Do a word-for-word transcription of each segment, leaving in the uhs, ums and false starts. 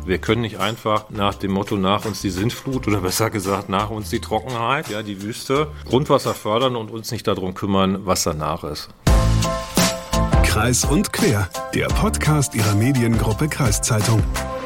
Wir können nicht einfach nach dem Motto nach uns die Sintflut oder besser gesagt nach uns die Trockenheit, ja, die Wüste, Grundwasser fördern und uns nicht darum kümmern, was danach ist. Kreis und Quer, der Podcast Ihrer Mediengruppe Kreiszeitung.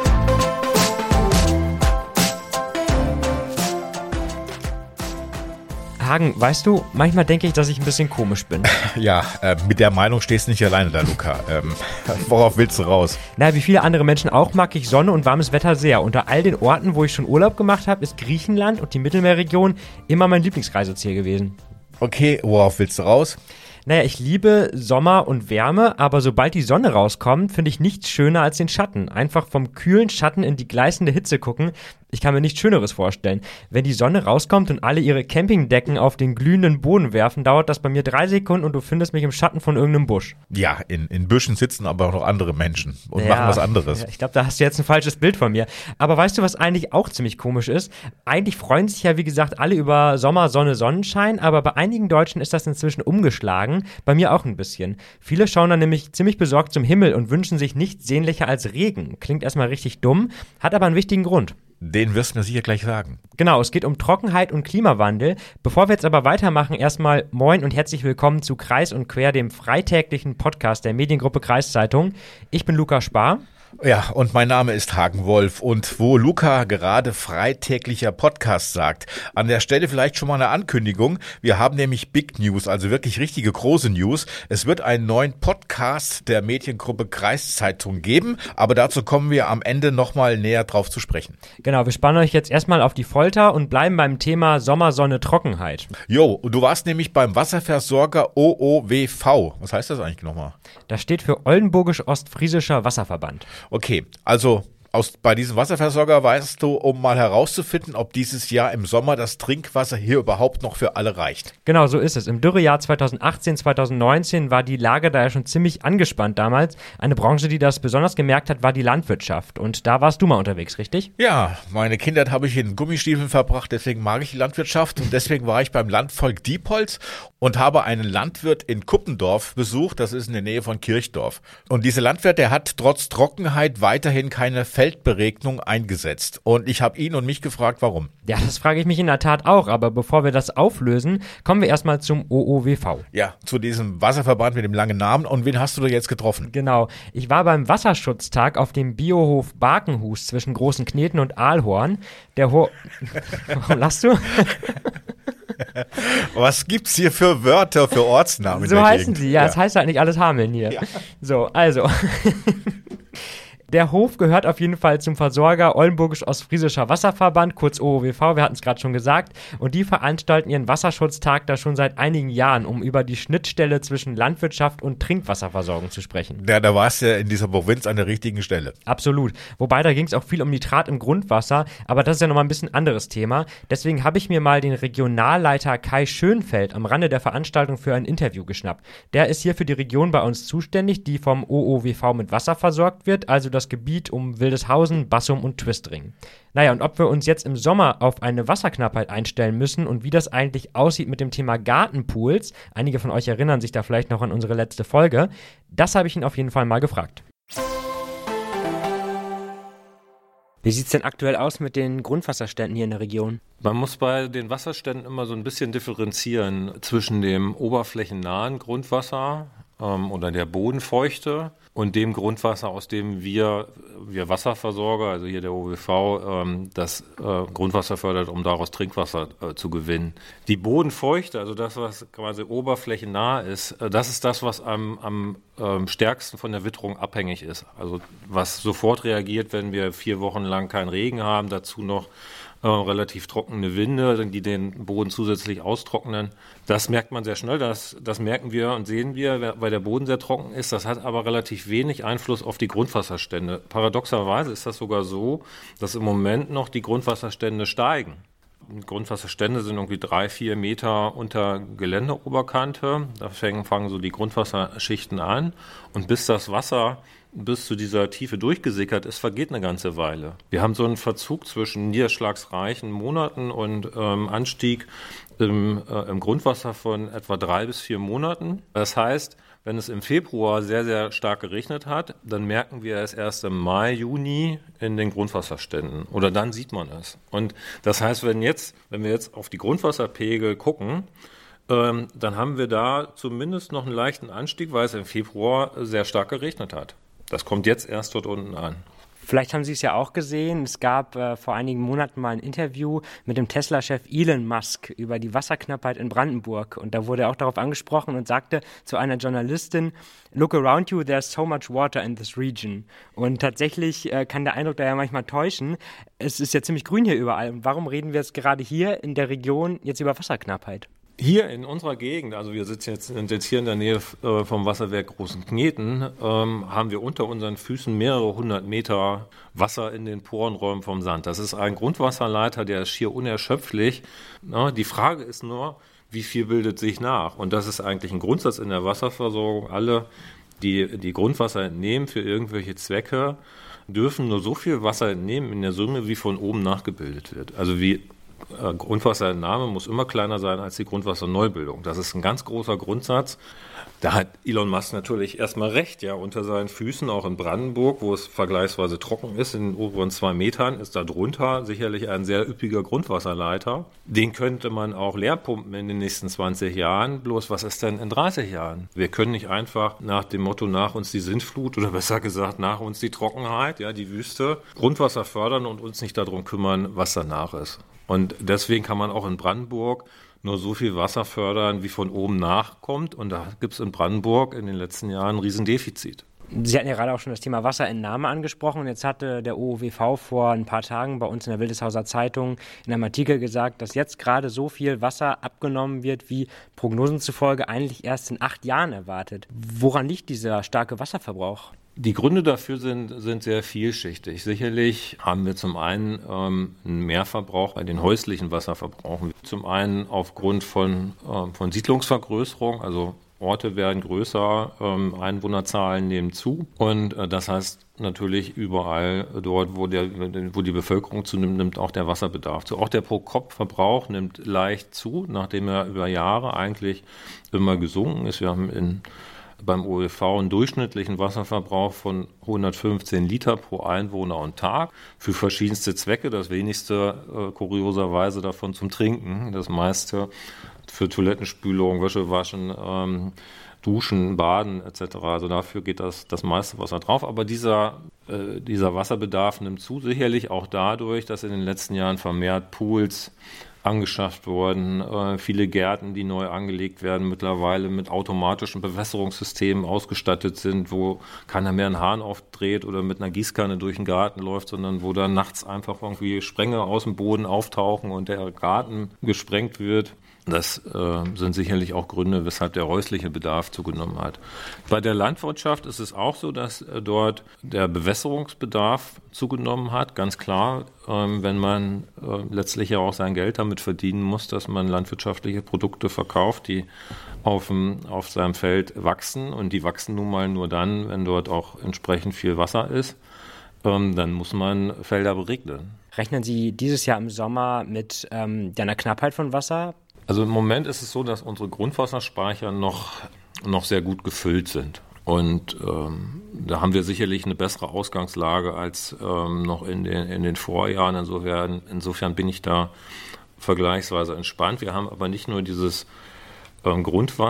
Hagen, weißt du, manchmal denke ich, dass ich ein bisschen komisch bin. Ja, äh, mit der Meinung stehst du nicht alleine da, Luca. Ähm, worauf willst du raus? Na, wie viele andere Menschen auch mag ich Sonne und warmes Wetter sehr. Unter all den Orten, wo ich schon Urlaub gemacht habe, ist Griechenland und die Mittelmeerregion immer mein Lieblingsreiseziel gewesen. Okay, worauf willst du raus? Naja, ich liebe Sommer und Wärme, aber sobald die Sonne rauskommt, finde ich nichts schöner als den Schatten. Einfach vom kühlen Schatten in die gleißende Hitze gucken. Ich kann mir nichts Schöneres vorstellen. Wenn die Sonne rauskommt und alle ihre Campingdecken auf den glühenden Boden werfen, dauert das bei mir drei Sekunden und du findest mich im Schatten von irgendeinem Busch. Ja, in, in Büschen sitzen aber auch noch andere Menschen und ja, machen was anderes. Ja, ich glaube, da hast du jetzt ein falsches Bild von mir. Aber weißt du, was eigentlich auch ziemlich komisch ist? Eigentlich freuen sich ja, wie gesagt, alle über Sommer, Sonne, Sonnenschein, aber bei einigen Deutschen ist das inzwischen umgeschlagen. Bei mir auch ein bisschen. Viele schauen dann nämlich ziemlich besorgt zum Himmel und wünschen sich nichts sehnlicher als Regen. Klingt erstmal richtig dumm, hat aber einen wichtigen Grund. Den wirst du mir sicher gleich sagen. Genau, es geht um Trockenheit und Klimawandel. Bevor wir jetzt aber weitermachen, erstmal moin und herzlich willkommen zu Kreis und Quer, dem freitäglichen Podcast der Mediengruppe Kreiszeitung. Ich bin Luca Spar. Ja, und mein Name ist Hagen Wolf. Und wo Luca gerade freitäglicher Podcast sagt, an der Stelle vielleicht schon mal eine Ankündigung. Wir haben nämlich Big News, also wirklich richtige große News. Es wird einen neuen Podcast der Mediengruppe Kreiszeitung geben, aber dazu kommen wir am Ende nochmal näher drauf zu sprechen. Genau, wir spannen euch jetzt erstmal auf die Folter und bleiben beim Thema Sommer, Sonne, Trockenheit. Jo, du warst nämlich beim Wasserversorger O O W V. Was heißt das eigentlich nochmal? Das steht für Oldenburgisch-Ostfriesischer Wasserverband. Okay, also aus, bei diesem Wasserversorger weißt du, um mal herauszufinden, ob dieses Jahr im Sommer das Trinkwasser hier überhaupt noch für alle reicht. Genau, so ist es. Im Dürrejahr zweitausendachtzehn, zweitausendneunzehn war die Lage da ja schon ziemlich angespannt damals. Eine Branche, die das besonders gemerkt hat, war die Landwirtschaft. Und da warst du mal unterwegs, richtig? Ja, meine Kindheit habe ich in Gummistiefeln verbracht, deswegen mag ich die Landwirtschaft. Und deswegen war ich beim Landvolk Diepholz und habe einen Landwirt in Kuppendorf besucht. Das ist in der Nähe von Kirchdorf. Und dieser Landwirt, der hat trotz Trockenheit weiterhin keine Feldberegnung eingesetzt. Und ich habe ihn und mich gefragt, warum. Ja, das frage ich mich in der Tat auch. Aber bevor wir das auflösen, kommen wir erstmal zum O O W V. Ja, zu diesem Wasserverband mit dem langen Namen. Und wen hast du da jetzt getroffen? Genau. Ich war beim Wasserschutztag auf dem Biohof Barkenhus zwischen Großen Kneten und Aalhorn. Der Ho... Warum lachst du? Was gibt's hier für Wörter, für Ortsnamen? So in der heißen Gegend? sie, ja, es ja. heißt halt nicht alles Hameln hier. Ja. So, also... Der Hof gehört auf jeden Fall zum Versorger Oldenburgisch-Ostfriesischer Wasserverband, kurz O O W V, wir hatten es gerade schon gesagt. Und die veranstalten ihren Wasserschutztag da schon seit einigen Jahren, um über die Schnittstelle zwischen Landwirtschaft und Trinkwasserversorgung zu sprechen. Ja, da warst du ja in dieser Provinz an der richtigen Stelle. Absolut. Wobei, da ging es auch viel um Nitrat im Grundwasser, aber das ist ja nochmal ein bisschen anderes Thema. Deswegen habe ich mir mal den Regionalleiter Kai Schönfeld am Rande der Veranstaltung für ein Interview geschnappt. Der ist hier für die Region bei uns zuständig, die vom O O W V mit Wasser versorgt wird, also das Gebiet um Wildeshausen, Bassum und Twistring. Naja, und ob wir uns jetzt im Sommer auf eine Wasserknappheit einstellen müssen und wie das eigentlich aussieht mit dem Thema Gartenpools, einige von euch erinnern sich da vielleicht noch an unsere letzte Folge, das habe ich ihn auf jeden Fall mal gefragt. Wie sieht es denn aktuell aus mit den Grundwasserständen hier in der Region? Man muss bei den Wasserständen immer so ein bisschen differenzieren zwischen dem oberflächennahen Grundwasser ähm, oder der Bodenfeuchte und dem Grundwasser, aus dem wir, wir Wasserversorger, also hier der O O W V, ähm, das äh, Grundwasser fördert, um daraus Trinkwasser äh, zu gewinnen. Die Bodenfeuchte, also das, was quasi oberflächennah ist, äh, das ist das, was am, am ähm, stärksten von der Witterung abhängig ist. Also was sofort reagiert, wenn wir vier Wochen lang keinen Regen haben, dazu noch Äh, relativ trockene Winde, die den Boden zusätzlich austrocknen. Das merkt man sehr schnell, das, das merken wir und sehen wir, weil der Boden sehr trocken ist. Das hat aber relativ wenig Einfluss auf die Grundwasserstände. Paradoxerweise ist das sogar so, dass im Moment noch die Grundwasserstände steigen. Die Grundwasserstände sind irgendwie drei, vier Meter unter Geländeoberkante. Da fangen, fangen so die Grundwasserschichten an. Und bis das Wasser bis zu dieser Tiefe durchgesickert ist, vergeht eine ganze Weile. Wir haben so einen Verzug zwischen niederschlagsreichen Monaten und ähm, Anstieg im, äh, im Grundwasser von etwa drei bis vier Monaten. Das heißt, wenn es im Februar sehr, sehr stark geregnet hat, dann merken wir es erst im Mai, Juni in den Grundwasserständen. Oder dann sieht man es. Und das heißt, wenn jetzt, wenn wir jetzt auf die Grundwasserpegel gucken, ähm, dann haben wir da zumindest noch einen leichten Anstieg, weil es im Februar sehr stark geregnet hat. Das kommt jetzt erst dort unten an. Vielleicht haben Sie es ja auch gesehen. Es gab äh, vor einigen Monaten mal ein Interview mit dem Tesla-Chef Elon Musk über die Wasserknappheit in Brandenburg. Und da wurde er auch darauf angesprochen und sagte zu einer Journalistin, "Look around you, there's so much water in this region." Und tatsächlich äh, kann der Eindruck da ja manchmal täuschen. Es ist ja ziemlich grün hier überall. Und warum reden wir jetzt gerade hier in der Region jetzt über Wasserknappheit? Hier in unserer Gegend, also wir sitzen jetzt, sind jetzt hier in der Nähe äh, vom Wasserwerk Großenkneten, ähm, haben wir unter unseren Füßen mehrere hundert Meter Wasser in den Porenräumen vom Sand. Das ist ein Grundwasserleiter, der ist schier unerschöpflich. Na, die Frage ist nur, wie viel bildet sich nach? Und das ist eigentlich ein Grundsatz in der Wasserversorgung. Alle, die, die Grundwasser entnehmen für irgendwelche Zwecke, dürfen nur so viel Wasser entnehmen in der Summe, wie von oben nachgebildet wird. Also wie Grundwasserentnahme muss immer kleiner sein als die Grundwasserneubildung. Das ist ein ganz großer Grundsatz. Da hat Elon Musk natürlich erstmal recht, ja, unter seinen Füßen, auch in Brandenburg, wo es vergleichsweise trocken ist, in den oberen zwei Metern, ist da drunter sicherlich ein sehr üppiger Grundwasserleiter. Den könnte man auch leer pumpen in den nächsten zwanzig Jahren. Bloß, was ist denn in dreißig Jahren? Wir können nicht einfach nach dem Motto, nach uns die Sintflut oder besser gesagt, nach uns die Trockenheit, ja, die Wüste, Grundwasser fördern und uns nicht darum kümmern, was danach ist. Und deswegen kann man auch in Brandenburg nur so viel Wasser fördern, wie von oben nachkommt. Und da gibt es in Brandenburg in den letzten Jahren ein Riesendefizit. Sie hatten ja gerade auch schon das Thema Wasserentnahme angesprochen. Und jetzt hatte der O O W V vor ein paar Tagen bei uns in der Wildeshauser Zeitung in einem Artikel gesagt, dass jetzt gerade so viel Wasser abgenommen wird, wie Prognosen zufolge eigentlich erst in acht Jahren erwartet. Woran liegt dieser starke Wasserverbrauch? Die Gründe dafür sind, sind sehr vielschichtig. Sicherlich haben wir zum einen ähm, einen Mehrverbrauch bei den häuslichen Wasserverbrauchen. Zum einen aufgrund von, äh, von Siedlungsvergrößerung, also Orte werden größer, ähm, Einwohnerzahlen nehmen zu. Und äh, das heißt natürlich überall dort, wo, der, wo die Bevölkerung zunimmt, nimmt auch der Wasserbedarf zu. Auch der Pro-Kopf-Verbrauch nimmt leicht zu, nachdem er über Jahre eigentlich immer gesunken ist. Wir haben in beim O E V einen durchschnittlichen Wasserverbrauch von hundertfünfzehn Liter pro Einwohner und Tag für verschiedenste Zwecke. Das wenigste äh, kurioserweise davon zum Trinken, das meiste für Toilettenspülung, Wäsche waschen, ähm, Duschen, Baden et cetera. Also dafür geht das, das meiste Wasser drauf. Aber dieser, äh, dieser Wasserbedarf nimmt zu, sicherlich auch dadurch, dass in den letzten Jahren vermehrt Pools angeschafft worden, äh, viele Gärten, die neu angelegt werden, mittlerweile mit automatischen Bewässerungssystemen ausgestattet sind, wo keiner mehr einen Hahn aufdreht oder mit einer Gießkanne durch den Garten läuft, sondern wo dann nachts einfach irgendwie Spränge aus dem Boden auftauchen und der Garten gesprengt wird. Das äh, sind sicherlich auch Gründe, weshalb der häusliche Bedarf zugenommen hat. Bei der Landwirtschaft ist es auch so, dass äh, dort der Bewässerungsbedarf zugenommen hat. Ganz klar, ähm, wenn man äh, letztlich ja auch sein Geld damit verdienen muss, dass man landwirtschaftliche Produkte verkauft, die auf, dem, auf seinem Feld wachsen. Und die wachsen nun mal nur dann, wenn dort auch entsprechend viel Wasser ist. Ähm, dann muss man Felder beregnen. Rechnen Sie dieses Jahr im Sommer mit ähm, einer Knappheit von Wasser? Also im Moment ist es so, dass unsere Grundwasserspeicher noch, noch sehr gut gefüllt sind. Und ähm, da haben wir sicherlich eine bessere Ausgangslage als ähm, noch in den, in den Vorjahren. Insofern, insofern bin ich da vergleichsweise entspannt. Wir haben aber nicht nur dieses ähm,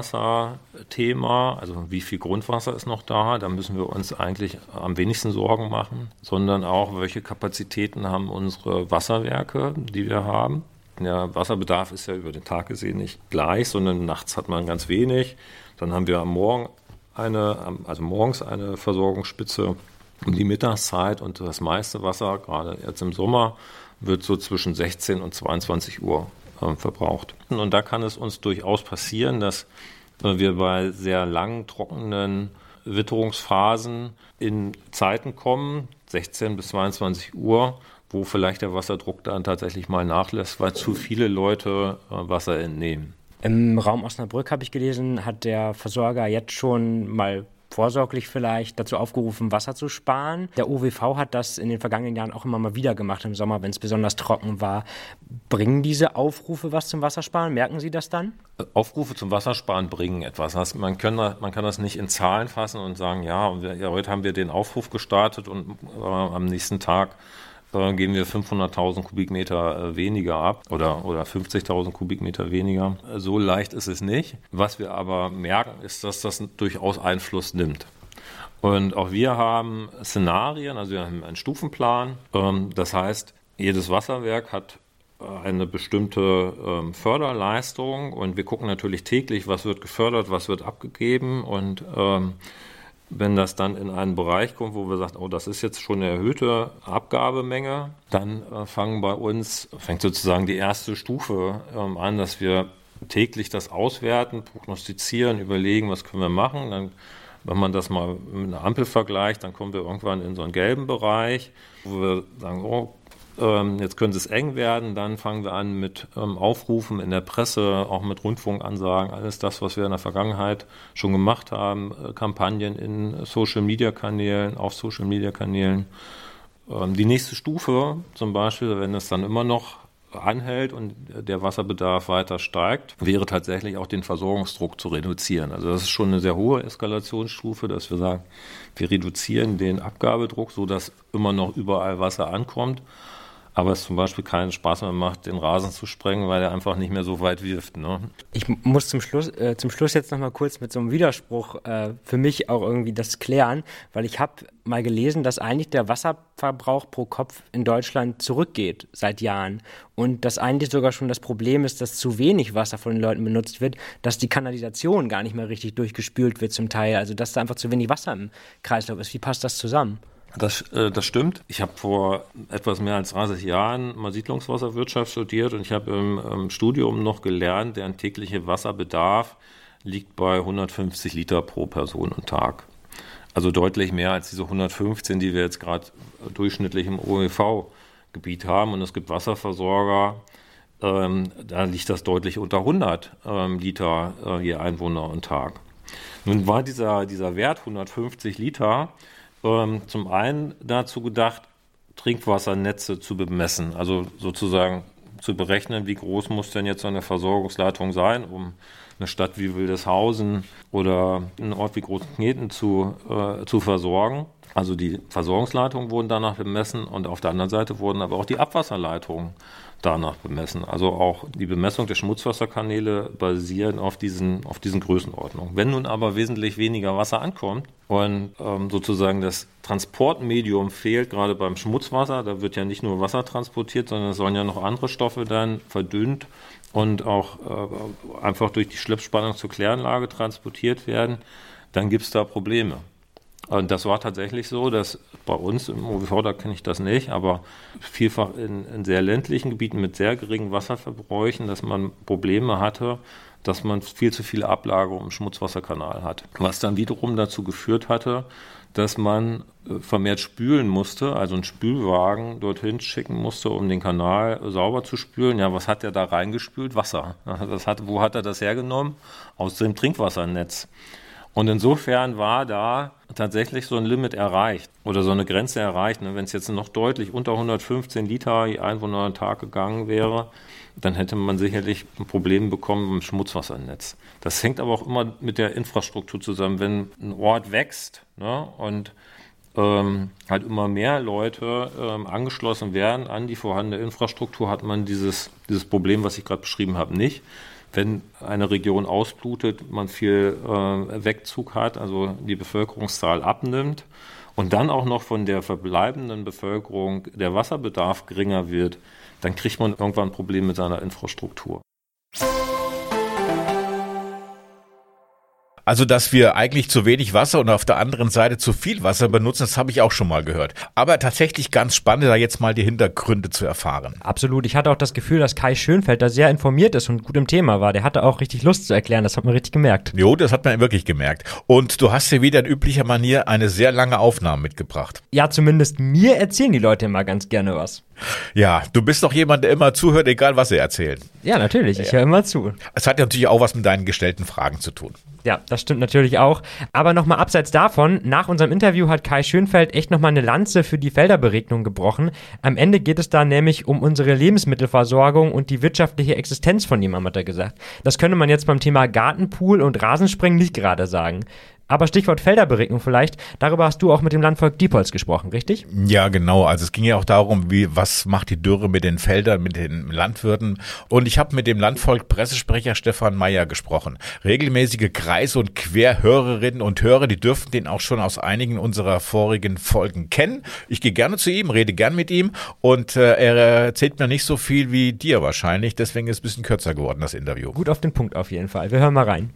Grundwasserthema, also wie viel Grundwasser ist noch da, da müssen wir uns eigentlich am wenigsten Sorgen machen, sondern auch, welche Kapazitäten haben unsere Wasserwerke, die wir haben. Der Wasserbedarf ist ja über den Tag gesehen nicht gleich, sondern nachts hat man ganz wenig. Dann haben wir am Morgen eine, also morgens eine Versorgungsspitze um die Mittagszeit und das meiste Wasser, gerade jetzt im Sommer, wird so zwischen sechzehn und zweiundzwanzig Uhr äh, verbraucht. Und da kann es uns durchaus passieren, dass äh, wir bei sehr langen, trockenen Witterungsphasen in Zeiten kommen, sechzehn bis zweiundzwanzig Uhr, wo vielleicht der Wasserdruck dann tatsächlich mal nachlässt, weil zu viele Leute äh, Wasser entnehmen. Im Raum Osnabrück, habe ich gelesen, hat der Versorger jetzt schon mal vorsorglich vielleicht dazu aufgerufen, Wasser zu sparen. Der O W V hat das in den vergangenen Jahren auch immer mal wieder gemacht im Sommer, wenn es besonders trocken war. Bringen diese Aufrufe was zum Wassersparen? Merken Sie das dann? Aufrufe zum Wassersparen bringen etwas. Das, man, kann, man kann das nicht in Zahlen fassen und sagen, ja, wir, ja heute haben wir den Aufruf gestartet und äh, am nächsten Tag äh, geben wir fünfhunderttausend Kubikmeter äh, weniger ab oder, oder fünfzigtausend Kubikmeter weniger. So leicht ist es nicht. Was wir aber merken, ist, dass das durchaus Einfluss nimmt. Und auch wir haben Szenarien, also wir haben einen Stufenplan. Ähm, das heißt, jedes Wasserwerk hat eine bestimmte ähm, Förderleistung und wir gucken natürlich täglich, was wird gefördert, was wird abgegeben und ähm, wenn das dann in einen Bereich kommt, wo wir sagen, oh, das ist jetzt schon eine erhöhte Abgabemenge, dann äh, fangen bei uns, fängt sozusagen die erste Stufe ähm, an, dass wir täglich das auswerten, prognostizieren, überlegen, was können wir machen. Dann, wenn man das mal mit einer Ampel vergleicht, dann kommen wir irgendwann in so einen gelben Bereich, wo wir sagen, oh, jetzt könnte es eng werden, dann fangen wir an mit ähm, Aufrufen in der Presse, auch mit Rundfunkansagen, alles das, was wir in der Vergangenheit schon gemacht haben, äh, Kampagnen in Social-Media-Kanälen, auf Social-Media-Kanälen. Ähm, die nächste Stufe zum Beispiel, wenn es dann immer noch anhält und der Wasserbedarf weiter steigt, wäre tatsächlich auch den Versorgungsdruck zu reduzieren. Also das ist schon eine sehr hohe Eskalationsstufe, dass wir sagen, wir reduzieren den Abgabedruck, sodass immer noch überall Wasser ankommt. Aber es zum Beispiel keinen Spaß mehr macht, den Rasen zu sprengen, weil er einfach nicht mehr so weit wirft. Ne? Ich muss zum Schluss, äh, zum Schluss jetzt noch mal kurz mit so einem Widerspruch äh, für mich auch irgendwie das klären, weil ich habe mal gelesen, dass eigentlich der Wasserverbrauch pro Kopf in Deutschland zurückgeht seit Jahren und dass eigentlich sogar schon das Problem ist, dass zu wenig Wasser von den Leuten benutzt wird, dass die Kanalisation gar nicht mehr richtig durchgespült wird zum Teil, also dass da einfach zu wenig Wasser im Kreislauf ist. Wie passt das zusammen? Das, äh, das stimmt. Ich habe vor etwas mehr als dreißig Jahren mal Siedlungswasserwirtschaft studiert und ich habe im, im Studium noch gelernt, deren tägliche Wasserbedarf liegt bei hundertfünfzig Liter pro Person und Tag. Also deutlich mehr als diese hundertfünfzehn, die wir jetzt gerade durchschnittlich im O E V-Gebiet haben. Und es gibt Wasserversorger, ähm, da liegt das deutlich unter hundert ähm, Liter äh, je Einwohner und Tag. Nun war dieser, dieser Wert hundertfünfzig Liter Ähm, zum einen dazu gedacht, Trinkwassernetze zu bemessen, also sozusagen zu berechnen, wie groß muss denn jetzt so eine Versorgungsleitung sein, um eine Stadt wie Wildeshausen oder einen Ort wie Großkneten zu, äh, zu versorgen. Also die Versorgungsleitungen wurden danach bemessen und auf der anderen Seite wurden aber auch die Abwasserleitungen danach bemessen. Also auch die Bemessung der Schmutzwasserkanäle basieren auf diesen, auf diesen Größenordnungen. Wenn nun aber wesentlich weniger Wasser ankommt und ähm, sozusagen das Transportmedium fehlt, gerade beim Schmutzwasser, da wird ja nicht nur Wasser transportiert, sondern es sollen ja noch andere Stoffe dann verdünnt und auch äh, einfach durch die Schleppspannung zur Kläranlage transportiert werden, dann gibt es da Probleme. Und das war tatsächlich so, dass bei uns im O W V, da kenne ich das nicht, aber vielfach in, in sehr ländlichen Gebieten mit sehr geringen Wasserverbräuchen, dass man Probleme hatte, dass man viel zu viele Ablagerungen im Schmutzwasserkanal hat. Was dann wiederum dazu geführt hatte, dass man vermehrt spülen musste, also einen Spülwagen dorthin schicken musste, um den Kanal sauber zu spülen. Ja, was hat er da reingespült? Wasser. Das hat, wo hat er das hergenommen? Aus dem Trinkwassernetz. Und insofern war da tatsächlich so ein Limit erreicht oder so eine Grenze erreicht. Wenn es jetzt noch deutlich unter hundertfünfzehn Liter je Einwohner am Tag gegangen wäre, dann hätte man sicherlich ein Problem bekommen im Schmutzwassernetz. Das hängt aber auch immer mit der Infrastruktur zusammen. Wenn ein Ort wächst, ne, und ähm, halt immer mehr Leute ähm, angeschlossen werden an die vorhandene Infrastruktur, hat man dieses, dieses Problem, was ich gerade beschrieben habe, nicht. Wenn eine Region ausblutet, man viel äh, Wegzug hat, also die Bevölkerungszahl abnimmt und dann auch noch von der verbleibenden Bevölkerung der Wasserbedarf geringer wird, dann kriegt man irgendwann ein Problem mit seiner Infrastruktur. Also, dass wir eigentlich zu wenig Wasser und auf der anderen Seite zu viel Wasser benutzen, das habe ich auch schon mal gehört. Aber tatsächlich ganz spannend, da jetzt mal die Hintergründe zu erfahren. Absolut. Ich hatte auch das Gefühl, dass Kai Schönfeld da sehr informiert ist und gut im Thema war. Der hatte auch richtig Lust zu erklären. Das hat man richtig gemerkt. Jo, das hat man wirklich gemerkt. Und du hast ja wieder in üblicher Manier eine sehr lange Aufnahme mitgebracht. Ja, zumindest mir erzählen die Leute immer ganz gerne was. Ja, du bist doch jemand, der immer zuhört, egal was sie erzählen. Ja, natürlich. Ich ja. höre immer zu. Es hat ja natürlich auch was mit deinen gestellten Fragen zu tun. Ja, das das stimmt natürlich auch. Aber nochmal abseits davon, nach unserem Interview hat Kai Schönfeld echt nochmal eine Lanze für die Felderberegnung gebrochen. Am Ende geht es da nämlich um unsere Lebensmittelversorgung und die wirtschaftliche Existenz von ihm, hat er gesagt. Das könnte man jetzt beim Thema Gartenpool und Rasenspringen nicht gerade sagen. Aber Stichwort Felderberegnung vielleicht, darüber hast du auch mit dem Landvolk Diepholz gesprochen, richtig? Ja, genau. Also es ging ja auch darum, wie was macht die Dürre mit den Feldern, mit den Landwirten. Und ich habe mit dem Landvolk Pressesprecher Stefan Meyer gesprochen. Regelmäßige Kreis- und Querhörerinnen und Hörer, die dürften den auch schon aus einigen unserer vorigen Folgen kennen. Ich gehe gerne zu ihm, rede gern mit ihm und äh, er erzählt mir nicht so viel wie dir wahrscheinlich. Deswegen ist es ein bisschen kürzer geworden, das Interview. Gut auf den Punkt auf jeden Fall. Wir hören mal rein.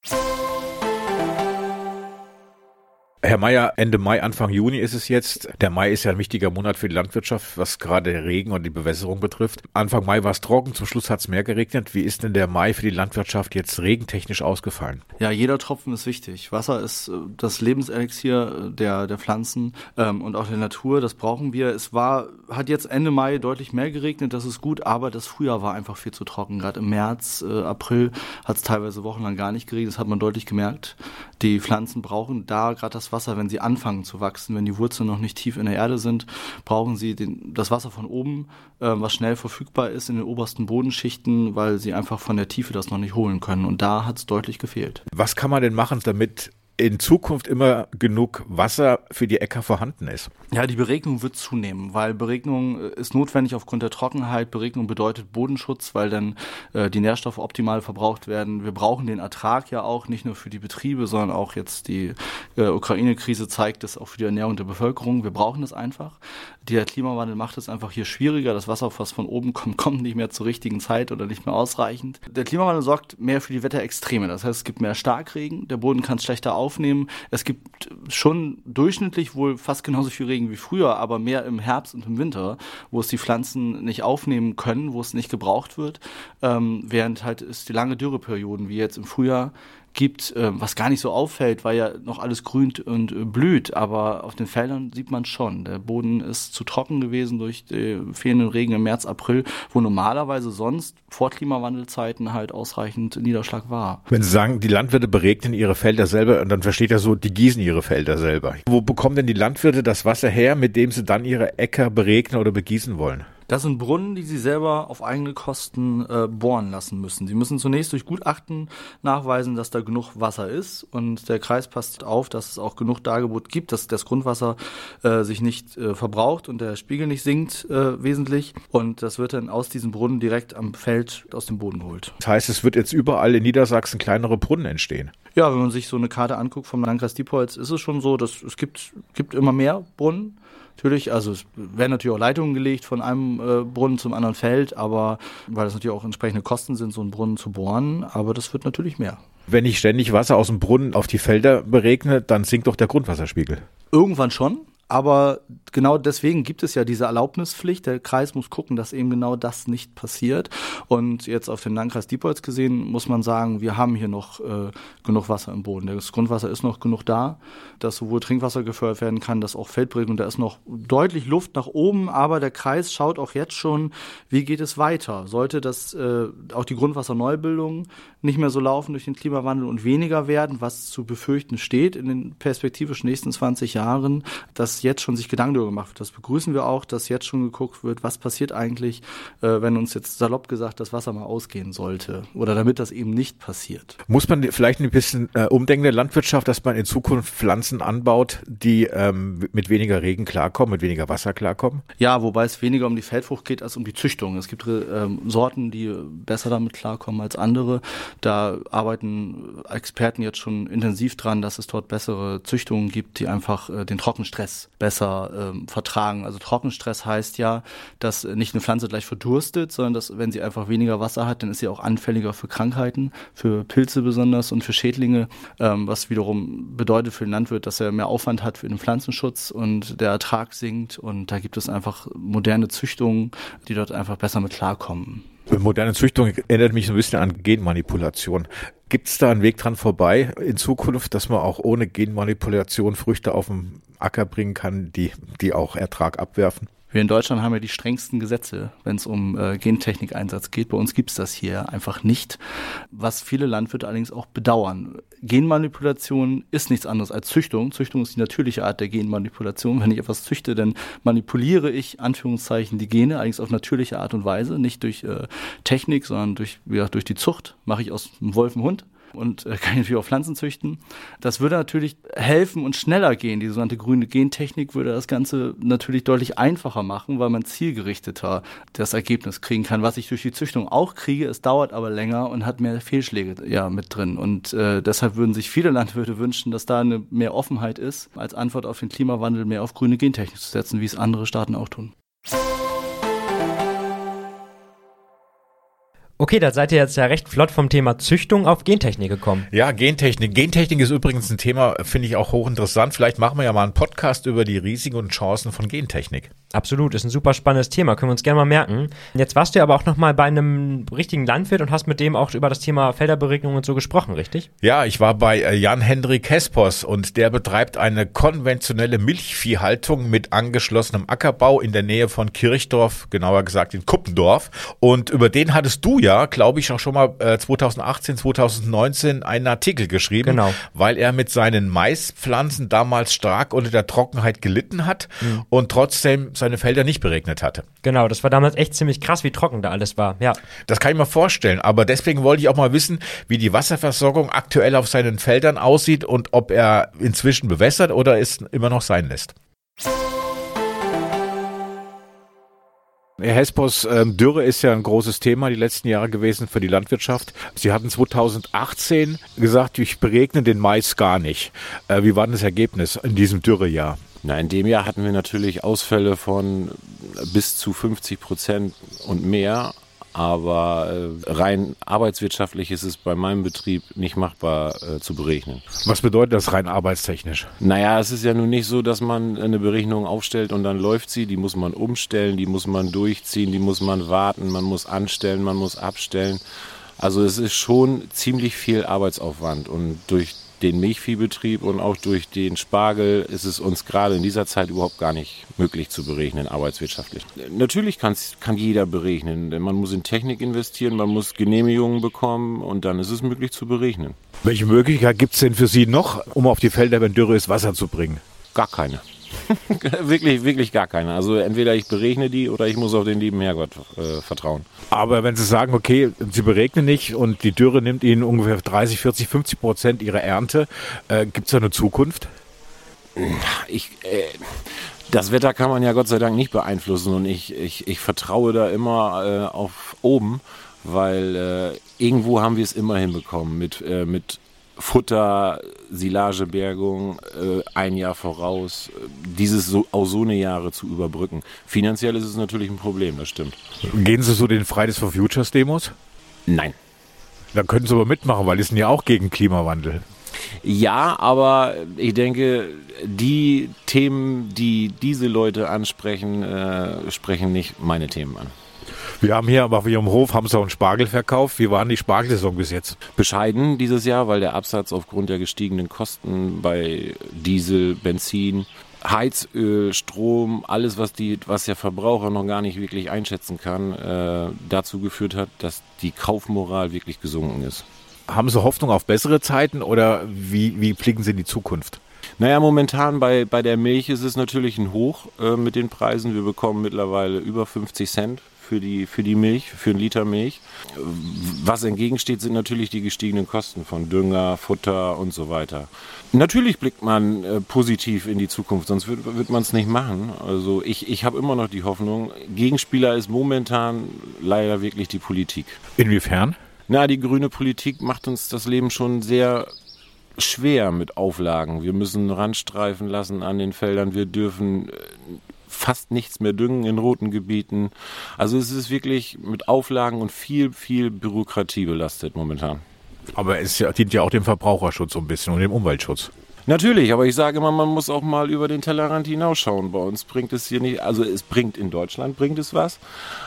Herr Meyer, Ende Mai, Anfang Juni ist es jetzt. Der Mai ist ja ein wichtiger Monat für die Landwirtschaft, was gerade den Regen und die Bewässerung betrifft. Anfang Mai war es trocken, zum Schluss hat es mehr geregnet. Wie ist denn der Mai für die Landwirtschaft jetzt regentechnisch ausgefallen? Ja, jeder Tropfen ist wichtig. Wasser ist das Lebenselixier der, der Pflanzen ähm, und auch der Natur. Das brauchen wir. Es war, hat jetzt Ende Mai deutlich mehr geregnet, das ist gut, aber das Frühjahr war einfach viel zu trocken. Gerade im März, äh, April hat es teilweise wochenlang gar nicht geregnet. Das hat man deutlich gemerkt. Die Pflanzen brauchen da gerade das Wasser, wenn sie anfangen zu wachsen, wenn die Wurzeln noch nicht tief in der Erde sind, brauchen sie den, das Wasser von oben, äh, was schnell verfügbar ist in den obersten Bodenschichten, weil sie einfach von der Tiefe das noch nicht holen können. Und da hat es deutlich gefehlt. Was kann man denn machen, damit in Zukunft immer genug Wasser für die Äcker vorhanden ist? Ja, die Beregnung wird zunehmen, weil Beregnung ist notwendig aufgrund der Trockenheit. Beregnung bedeutet Bodenschutz, weil dann äh, die Nährstoffe optimal verbraucht werden. Wir brauchen den Ertrag ja auch, nicht nur für die Betriebe, sondern auch jetzt die äh, Ukraine-Krise zeigt es auch für die Ernährung der Bevölkerung. Wir brauchen es einfach. Der Klimawandel macht es einfach hier schwieriger. Das Wasser, was von oben kommt, kommt nicht mehr zur richtigen Zeit oder nicht mehr ausreichend. Der Klimawandel sorgt mehr für die Wetterextreme. Das heißt, es gibt mehr Starkregen, der Boden kann es schlechter aufnehmen. Es gibt schon durchschnittlich wohl fast genauso viel Regen wie früher, aber mehr im Herbst und im Winter, wo es die Pflanzen nicht aufnehmen können, wo es nicht gebraucht wird, ähm, während halt es die lange Dürreperioden wie jetzt im Frühjahr gibt, äh, was gar nicht so auffällt, weil ja noch alles grünt und äh, blüht, aber auf den Feldern sieht man schon, der Boden ist zu trocken gewesen durch den fehlenden Regen im März, April, wo normalerweise sonst vor Klimawandelzeiten halt ausreichend Niederschlag war. Wenn Sie sagen, die Landwirte beregnen ihre Felder selber, dann versteht er so, die gießen ihre Felder selber. Wo bekommen denn die Landwirte das Wasser her, mit dem sie dann ihre Äcker beregnen oder begießen wollen? Das sind Brunnen, die sie selber auf eigene Kosten äh, bohren lassen müssen. Sie müssen zunächst durch Gutachten nachweisen, dass da genug Wasser ist und der Kreis passt auf, dass es auch genug Dargebot gibt, dass das Grundwasser äh, sich nicht äh, verbraucht und der Spiegel nicht sinkt äh, wesentlich und das wird dann aus diesen Brunnen direkt am Feld aus dem Boden geholt. Das heißt, es wird jetzt überall in Niedersachsen kleinere Brunnen entstehen? Ja, wenn man sich so eine Karte anguckt vom Landkreis Diepholz, ist es schon so, dass es gibt, gibt immer mehr Brunnen. Natürlich, also es werden natürlich auch Leitungen gelegt von einem äh, Brunnen zum anderen Feld, aber weil das natürlich auch entsprechende Kosten sind, so einen Brunnen zu bohren, aber das wird natürlich mehr. Wenn ich ständig Wasser aus dem Brunnen auf die Felder beregne, dann sinkt doch der Grundwasserspiegel. Irgendwann schon. Aber genau deswegen gibt es ja diese Erlaubnispflicht. Der Kreis muss gucken, dass eben genau das nicht passiert. Und jetzt auf den Landkreis Diepholz gesehen, muss man sagen, wir haben hier noch äh, genug Wasser im Boden. Das Grundwasser ist noch genug da, dass sowohl Trinkwasser gefördert werden kann, dass auch Feldberegnung, da ist noch deutlich Luft nach oben. Aber der Kreis schaut auch jetzt schon, wie geht es weiter? Sollte das äh, auch die Grundwasserneubildung nicht mehr so laufen durch den Klimawandel und weniger werden, was zu befürchten steht in den perspektivisch nächsten zwanzig Jahren, dass jetzt schon sich Gedanken darüber gemacht wird. Das begrüßen wir auch, dass jetzt schon geguckt wird, was passiert eigentlich, äh, wenn uns jetzt salopp gesagt das Wasser mal ausgehen sollte oder damit das eben nicht passiert. Muss man vielleicht ein bisschen äh, umdenken in der Landwirtschaft, dass man in Zukunft Pflanzen anbaut, die ähm, mit weniger Regen klarkommen, mit weniger Wasser klarkommen? Ja, wobei es weniger um die Feldfrucht geht als um die Züchtung. Es gibt ähm, Sorten, die besser damit klarkommen als andere. Da arbeiten Experten jetzt schon intensiv dran, dass es dort bessere Züchtungen gibt, die einfach äh, den Trockenstress besser ähm, vertragen. Also Trockenstress heißt ja, dass nicht eine Pflanze gleich verdurstet, sondern dass, wenn sie einfach weniger Wasser hat, dann ist sie auch anfälliger für Krankheiten, für Pilze besonders und für Schädlinge, ähm, was wiederum bedeutet für den Landwirt, dass er mehr Aufwand hat für den Pflanzenschutz und der Ertrag sinkt. Und da gibt es einfach moderne Züchtungen, die dort einfach besser mit klarkommen. Moderne Züchtung erinnert mich so ein bisschen an Genmanipulation. Gibt es da einen Weg dran vorbei in Zukunft, dass man auch ohne Genmanipulation Früchte auf dem Acker bringen kann, die, die auch Ertrag abwerfen? Wir in Deutschland haben ja die strengsten Gesetze, wenn es um äh, Gentechnikeinsatz geht. Bei uns gibt es das hier einfach nicht, was viele Landwirte allerdings auch bedauern. Genmanipulation ist nichts anderes als Züchtung. Züchtung ist die natürliche Art der Genmanipulation. Wenn ich etwas züchte, dann manipuliere ich, Anführungszeichen, die Gene, allerdings auf natürliche Art und Weise, nicht durch äh, Technik, sondern durch, wie gesagt, durch die Zucht. Mache ich aus einem Wolf einen Hund. Und äh, kann ich natürlich auch Pflanzen züchten. Das würde natürlich helfen und schneller gehen. Die sogenannte grüne Gentechnik würde das Ganze natürlich deutlich einfacher machen, weil man zielgerichteter das Ergebnis kriegen kann. Was ich durch die Züchtung auch kriege, es dauert aber länger und hat mehr Fehlschläge ja mit drin. Und äh, deshalb würden sich viele Landwirte wünschen, dass da eine mehr Offenheit ist, als Antwort auf den Klimawandel mehr auf grüne Gentechnik zu setzen, wie es andere Staaten auch tun. Okay, da seid ihr jetzt ja recht flott vom Thema Züchtung auf Gentechnik gekommen. Ja, Gentechnik. Gentechnik ist übrigens ein Thema, finde ich auch hochinteressant. Vielleicht machen wir ja mal einen Podcast über die Risiken und Chancen von Gentechnik. Absolut, ist ein super spannendes Thema, können wir uns gerne mal merken. Jetzt warst du aber auch nochmal bei einem richtigen Landwirt und hast mit dem auch über das Thema Felderberegnung und so gesprochen, richtig? Ja, ich war bei Jan-Hendrik Hespos und der betreibt eine konventionelle Milchviehhaltung mit angeschlossenem Ackerbau in der Nähe von Kirchdorf, genauer gesagt in Kuppendorf. Und über den hattest du ja, glaube ich, auch schon mal äh, zwanzig achtzehn, zwanzig neunzehn einen Artikel geschrieben, genau, weil er mit seinen Maispflanzen damals stark unter der Trockenheit gelitten hat mhm. und trotzdem seine Felder nicht beregnet hatte. Genau, das war damals echt ziemlich krass, wie trocken da alles war, ja. Das kann ich mir vorstellen, aber deswegen wollte ich auch mal wissen, wie die Wasserversorgung aktuell auf seinen Feldern aussieht und ob er inzwischen bewässert oder es immer noch sein lässt. Herr Hespos, ähm, Dürre ist ja ein großes Thema die letzten Jahre gewesen für die Landwirtschaft. Sie hatten zwanzig achtzehn gesagt, ich beregne den Mais gar nicht. Äh, wie war denn das Ergebnis in diesem Dürrejahr? Na, in dem Jahr hatten wir natürlich Ausfälle von bis zu fünfzig Prozent und mehr. Aber äh, rein arbeitswirtschaftlich ist es bei meinem Betrieb nicht machbar äh, zu berechnen. Was bedeutet das rein arbeitstechnisch? Naja, es ist ja nun nicht so, dass man eine Berechnung aufstellt und dann läuft sie. Die muss man umstellen, die muss man durchziehen, die muss man warten, man muss anstellen, man muss abstellen. Also es ist schon ziemlich viel Arbeitsaufwand und durch den Milchviehbetrieb und auch durch den Spargel ist es uns gerade in dieser Zeit überhaupt gar nicht möglich zu berechnen, arbeitswirtschaftlich. Natürlich kann's, kann jeder berechnen, denn man muss in Technik investieren, man muss Genehmigungen bekommen und dann ist es möglich zu berechnen. Welche Möglichkeit gibt es denn für Sie noch, um auf die Felder, wenn Dürre ist, Wasser zu bringen? Gar keine. wirklich, wirklich gar keine. Also entweder ich berechne die oder ich muss auf den lieben Herrgott äh, vertrauen. Aber wenn Sie sagen, okay, Sie beregnen nicht und die Dürre nimmt Ihnen ungefähr dreißig, vierzig, fünfzig Prozent Ihrer Ernte, äh, gibt es da eine Zukunft? Ich, äh, das Wetter kann man ja Gott sei Dank nicht beeinflussen und ich, ich, ich vertraue da immer äh, auf oben, weil äh, irgendwo haben wir es immer hinbekommen mit, äh, mit Futter, Silagebergung, äh, ein Jahr voraus, äh, dieses so, auch so eine Jahre zu überbrücken. Finanziell ist es natürlich ein Problem, das stimmt. Gehen Sie so den Fridays for Futures Demos? Nein. Da können Sie aber mitmachen, weil die sind ja auch gegen Klimawandel. Ja, aber ich denke, die Themen, die diese Leute ansprechen, äh, sprechen nicht meine Themen an. Wir haben hier auf Ihrem Hof haben Sie auch einen Spargel verkauft. Wie war denn die Spargelsaison bis jetzt? Bescheiden dieses Jahr, weil der Absatz aufgrund der gestiegenen Kosten bei Diesel, Benzin, Heizöl, Strom, alles, was, die, was der Verbraucher noch gar nicht wirklich einschätzen kann, äh, dazu geführt hat, dass die Kaufmoral wirklich gesunken ist. Haben Sie Hoffnung auf bessere Zeiten oder wie, wie blicken Sie in die Zukunft? Naja, momentan bei, bei der Milch ist es natürlich ein Hoch äh, mit den Preisen. Wir bekommen mittlerweile über fünfzig Cent für die, für die Milch, für einen Liter Milch. Was entgegensteht, sind natürlich die gestiegenen Kosten von Dünger, Futter und so weiter. Natürlich blickt man äh, positiv in die Zukunft, sonst wird, wird man es nicht machen. Also ich, ich habe immer noch die Hoffnung. Gegenspieler ist momentan leider wirklich die Politik. Inwiefern? Na, die grüne Politik macht uns das Leben schon sehr schwer mit Auflagen. Wir müssen Randstreifen lassen an den Feldern. Wir dürfen äh, fast nichts mehr düngen in roten Gebieten. Also es ist wirklich mit Auflagen und viel, viel Bürokratie belastet momentan. Aber es dient ja auch dem Verbraucherschutz so ein bisschen und dem Umweltschutz. Natürlich, aber ich sage immer, man muss auch mal über den Tellerrand hinausschauen. Bei uns bringt es hier nicht, also es bringt in Deutschland, bringt es was.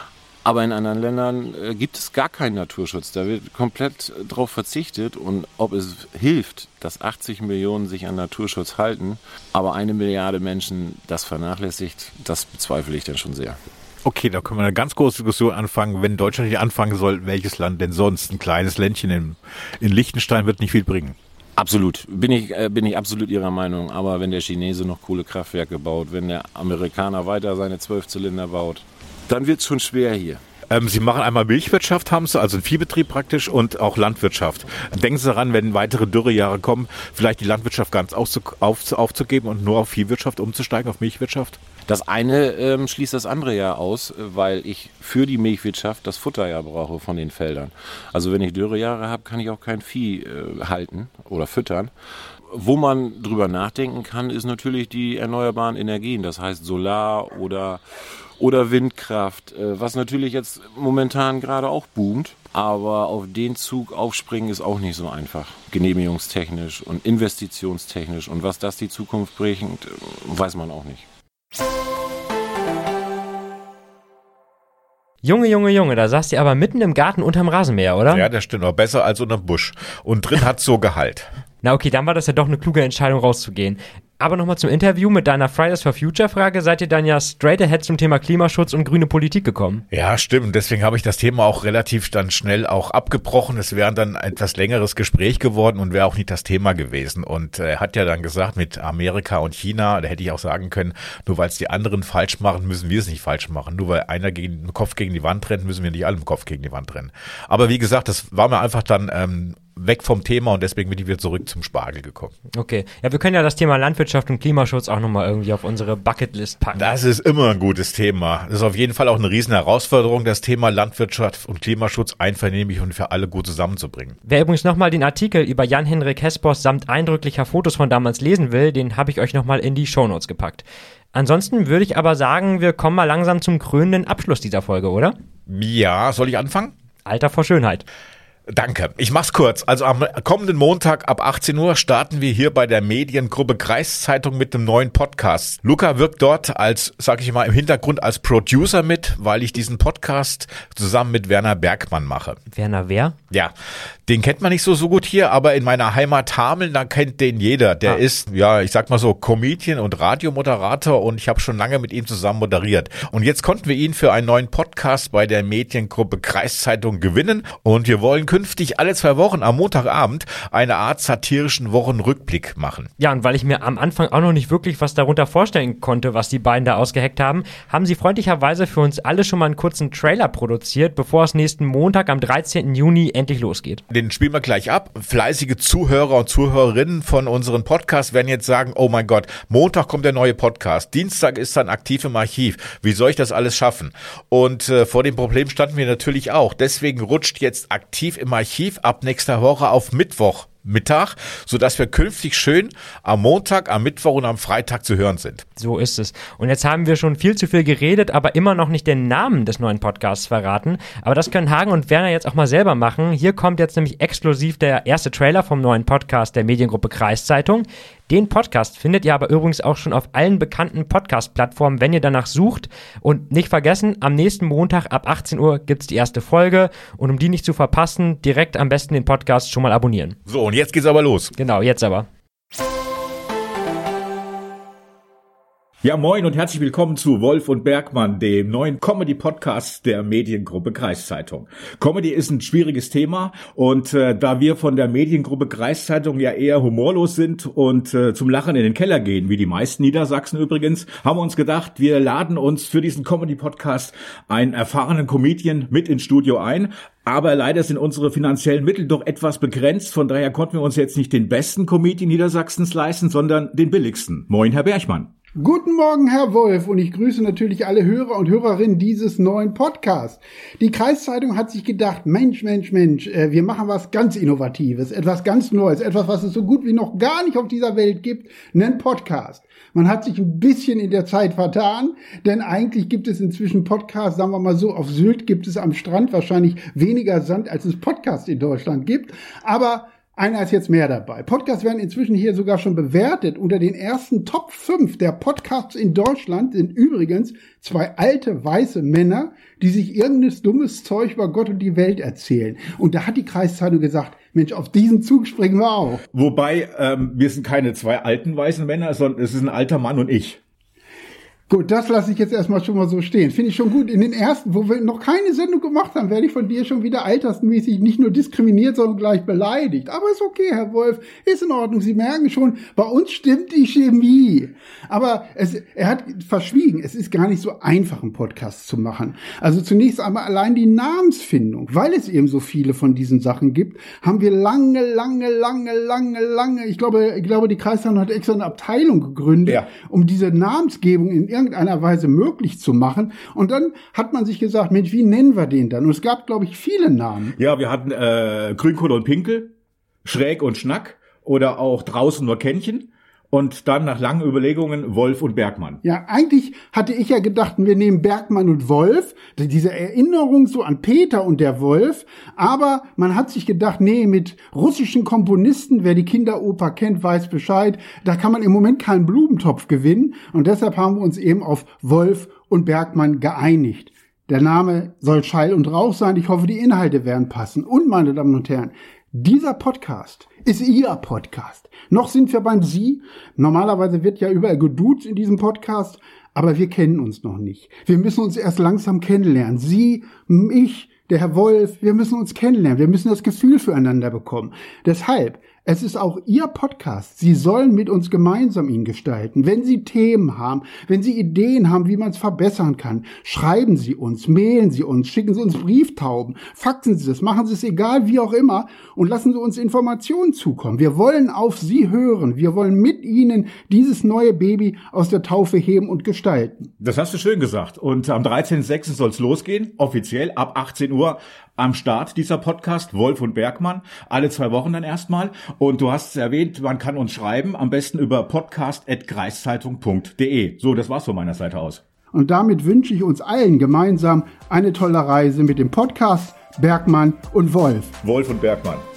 Aber in anderen Ländern äh, gibt es gar keinen Naturschutz. Da wird komplett drauf verzichtet. Und ob es hilft, dass achtzig Millionen sich an Naturschutz halten, aber eine Milliarde Menschen das vernachlässigt, das bezweifle ich dann schon sehr. Okay, da können wir eine ganz große Diskussion anfangen. Wenn Deutschland nicht anfangen soll, welches Land denn sonst? Ein kleines Ländchen in, in Liechtenstein wird nicht viel bringen. Absolut, bin ich, äh, bin ich absolut Ihrer Meinung. Aber wenn der Chinese noch Kohlekraftwerke baut, wenn der Amerikaner weiter seine zwölf Zylinder baut, dann wird es schon schwer hier. Ähm, Sie machen einmal Milchwirtschaft, haben Sie, also einen Viehbetrieb praktisch, und auch Landwirtschaft. Denken Sie daran, wenn weitere Dürrejahre kommen, vielleicht die Landwirtschaft ganz aufzu- auf, aufzugeben und nur auf Viehwirtschaft umzusteigen, auf Milchwirtschaft? Das eine ähm, schließt das andere ja aus, weil ich für die Milchwirtschaft das Futter ja brauche von den Feldern. Also wenn ich Dürrejahre habe, kann ich auch kein Vieh äh, halten oder füttern. Wo man drüber nachdenken kann, ist natürlich die erneuerbaren Energien, das heißt Solar oder, oder Windkraft, äh, was natürlich jetzt momentan gerade auch boomt. Aber auf den Zug aufspringen ist auch nicht so einfach, genehmigungstechnisch und investitionstechnisch. Und was das die Zukunft bringt, weiß man auch nicht. Junge, Junge, Junge, da saß ihr aber mitten im Garten unterm Rasenmäher, oder? Ja, das stimmt, aber besser als unterm Busch. Und drin hat's so Gehalt. Na okay, dann war das ja doch eine kluge Entscheidung, rauszugehen. Aber nochmal zum Interview mit deiner Fridays for Future Frage, seid ihr dann ja straight ahead zum Thema Klimaschutz und grüne Politik gekommen? Ja, stimmt. Deswegen habe ich das Thema auch relativ dann schnell auch abgebrochen. Es wäre dann ein etwas längeres Gespräch geworden und wäre auch nicht das Thema gewesen. Und er hat ja dann gesagt, mit Amerika und China, da hätte ich auch sagen können, nur weil es die anderen falsch machen, müssen wir es nicht falsch machen. Nur weil einer gegen den Kopf gegen die Wand rennt, müssen wir nicht alle im Kopf gegen die Wand rennen. Aber wie gesagt, das war mir einfach dann ähm, weg vom Thema und deswegen bin ich wieder zurück zum Spargel gekommen. Okay, ja, wir können ja das Thema Landwirtschaft und Klimaschutz auch nochmal irgendwie auf unsere Bucketlist packen. Das ist immer ein gutes Thema. Das ist auf jeden Fall auch eine riesen Herausforderung, das Thema Landwirtschaft und Klimaschutz einvernehmlich und für alle gut zusammenzubringen. Wer übrigens nochmal den Artikel über Jan-Henrik Hespos samt eindrücklicher Fotos von damals lesen will, den habe ich euch nochmal in die Shownotes gepackt. Ansonsten würde ich aber sagen, wir kommen mal langsam zum krönenden Abschluss dieser Folge, oder? Ja, soll ich anfangen? Alter vor Schönheit. Danke. Ich mach's kurz. Also am kommenden Montag ab achtzehn Uhr starten wir hier bei der Mediengruppe Kreiszeitung mit einem neuen Podcast. Luca wirkt dort als, sag ich mal, im Hintergrund als Producer mit, weil ich diesen Podcast zusammen mit Werner Bergmann mache. Werner wer? Ja, den kennt man nicht so so gut hier, aber in meiner Heimat Hameln, da kennt den jeder. Der ah. ist, ja, ich sag mal so, Comedian und Radiomoderator und ich habe schon lange mit ihm zusammen moderiert. Und jetzt konnten wir ihn für einen neuen Podcast bei der Mediengruppe Kreiszeitung gewinnen und wir wollen künftig alle zwei Wochen am Montagabend eine Art satirischen Wochenrückblick machen. Ja, und weil ich mir am Anfang auch noch nicht wirklich was darunter vorstellen konnte, was die beiden da ausgeheckt haben, haben sie freundlicherweise für uns alle schon mal einen kurzen Trailer produziert, bevor es nächsten Montag am dreizehnten Juni endlich losgeht. Den spielen wir gleich ab. Fleißige Zuhörer und Zuhörerinnen von unseren Podcasts werden jetzt sagen, oh mein Gott, Montag kommt der neue Podcast, Dienstag ist dann aktiv im Archiv. Wie soll ich das alles schaffen? Und äh, vor dem Problem standen wir natürlich auch. Deswegen rutscht jetzt aktiv im Archiv ab nächster Woche auf Mittwoch Mittag, sodass wir künftig schön am Montag, am Mittwoch und am Freitag zu hören sind. So ist es. Und jetzt haben wir schon viel zu viel geredet, aber immer noch nicht den Namen des neuen Podcasts verraten. Aber das können Hagen und Werner jetzt auch mal selber machen. Hier kommt jetzt nämlich exklusiv der erste Trailer vom neuen Podcast der Mediengruppe Kreiszeitung. Den Podcast findet ihr aber übrigens auch schon auf allen bekannten Podcast-Plattformen, wenn ihr danach sucht. Und nicht vergessen, am nächsten Montag ab achtzehn Uhr gibt's die erste Folge. Und um die nicht zu verpassen, direkt am besten den Podcast schon mal abonnieren. So, und jetzt geht's aber los. Genau, jetzt aber. Ja, moin und herzlich willkommen zu Wolf und Bergmann, dem neuen Comedy-Podcast der Mediengruppe Kreiszeitung. Comedy ist ein schwieriges Thema und äh, da wir von der Mediengruppe Kreiszeitung ja eher humorlos sind und äh, zum Lachen in den Keller gehen, wie die meisten Niedersachsen übrigens, haben wir uns gedacht, wir laden uns für diesen Comedy-Podcast einen erfahrenen Comedian mit ins Studio ein. Aber leider sind unsere finanziellen Mittel doch etwas begrenzt. Von daher konnten wir uns jetzt nicht den besten Comedian Niedersachsens leisten, sondern den billigsten. Moin, Herr Bergmann. Guten Morgen, Herr Wolf, und ich grüße natürlich alle Hörer und Hörerinnen dieses neuen Podcasts. Die Kreiszeitung hat sich gedacht, Mensch, Mensch, Mensch, äh, wir machen was ganz Innovatives, etwas ganz Neues, etwas, was es so gut wie noch gar nicht auf dieser Welt gibt, einen Podcast. Man hat sich ein bisschen in der Zeit vertan, denn eigentlich gibt es inzwischen Podcasts, sagen wir mal so, auf Sylt gibt es am Strand wahrscheinlich weniger Sand, als es Podcasts in Deutschland gibt, aber Einer ist jetzt mehr dabei. Podcasts werden inzwischen hier sogar schon bewertet. Unter den ersten Top fünf der Podcasts in Deutschland sind übrigens zwei alte, weiße Männer, die sich irgendeines dummes Zeug über Gott und die Welt erzählen. Und da hat die Kreiszeitung gesagt, Mensch, auf diesen Zug springen wir auch. Wobei, ähm, wir sind keine zwei alten, weißen Männer, sondern es ist ein alter Mann und ich. Gut, das lasse ich jetzt erstmal schon mal so stehen. Finde ich schon gut. In den ersten, wo wir noch keine Sendung gemacht haben, werde ich von dir schon wieder altersmäßig nicht nur diskriminiert, sondern gleich beleidigt. Aber ist okay, Herr Wolf, ist in Ordnung. Sie merken schon, bei uns stimmt die Chemie. Aber es, er hat verschwiegen. Es ist gar nicht so einfach, einen Podcast zu machen. Also zunächst einmal allein die Namensfindung. Weil es eben so viele von diesen Sachen gibt, haben wir lange, lange, lange, lange, lange, ich glaube, ich glaube, die Kreisleitung hat extra eine Abteilung gegründet, ja, um diese Namensgebung in irgendeiner Weise möglich zu machen. Und dann hat man sich gesagt, Mensch, wie nennen wir den dann? Und es gab, glaube ich, viele Namen. Ja, wir hatten äh, Grünkohl und Pinkel, Schräg und Schnack oder auch Draußen nur Kännchen. Und dann nach langen Überlegungen Wolf und Bergmann. Ja, eigentlich hatte ich ja gedacht, wir nehmen Bergmann und Wolf, diese Erinnerung so an Peter und der Wolf. Aber man hat sich gedacht, nee, mit russischen Komponisten, wer die Kinderoper kennt, weiß Bescheid, da kann man im Moment keinen Blumentopf gewinnen. Und deshalb haben wir uns eben auf Wolf und Bergmann geeinigt. Der Name soll Schall und Rauch sein. Ich hoffe, die Inhalte werden passen. Und, meine Damen und Herren, dieser Podcast ist Ihr Podcast. Noch sind wir beim Sie. Normalerweise wird ja überall geduzt in diesem Podcast, aber wir kennen uns noch nicht. Wir müssen uns erst langsam kennenlernen. Sie, ich, der Herr Wolf, wir müssen uns kennenlernen. Wir müssen das Gefühl füreinander bekommen. Deshalb, es ist auch Ihr Podcast. Sie sollen mit uns gemeinsam ihn gestalten. Wenn Sie Themen haben, wenn Sie Ideen haben, wie man es verbessern kann, schreiben Sie uns, mailen Sie uns, schicken Sie uns Brieftauben, faxen Sie es, machen Sie es egal, wie auch immer und lassen Sie uns Informationen zukommen. Wir wollen auf Sie hören. Wir wollen mit Ihnen dieses neue Baby aus der Taufe heben und gestalten. Das hast du schön gesagt. Und am dreizehnten sechsten soll es losgehen, offiziell ab achtzehn Uhr am Start dieser Podcast, Wolf und Bergmann, alle zwei Wochen dann erstmal. Und du hast es erwähnt, man kann uns schreiben, am besten über podcast at kreiszeitung punkt de. So, das war's von meiner Seite aus. Und damit wünsche ich uns allen gemeinsam eine tolle Reise mit dem Podcast Bergmann und Wolf. Wolf und Bergmann.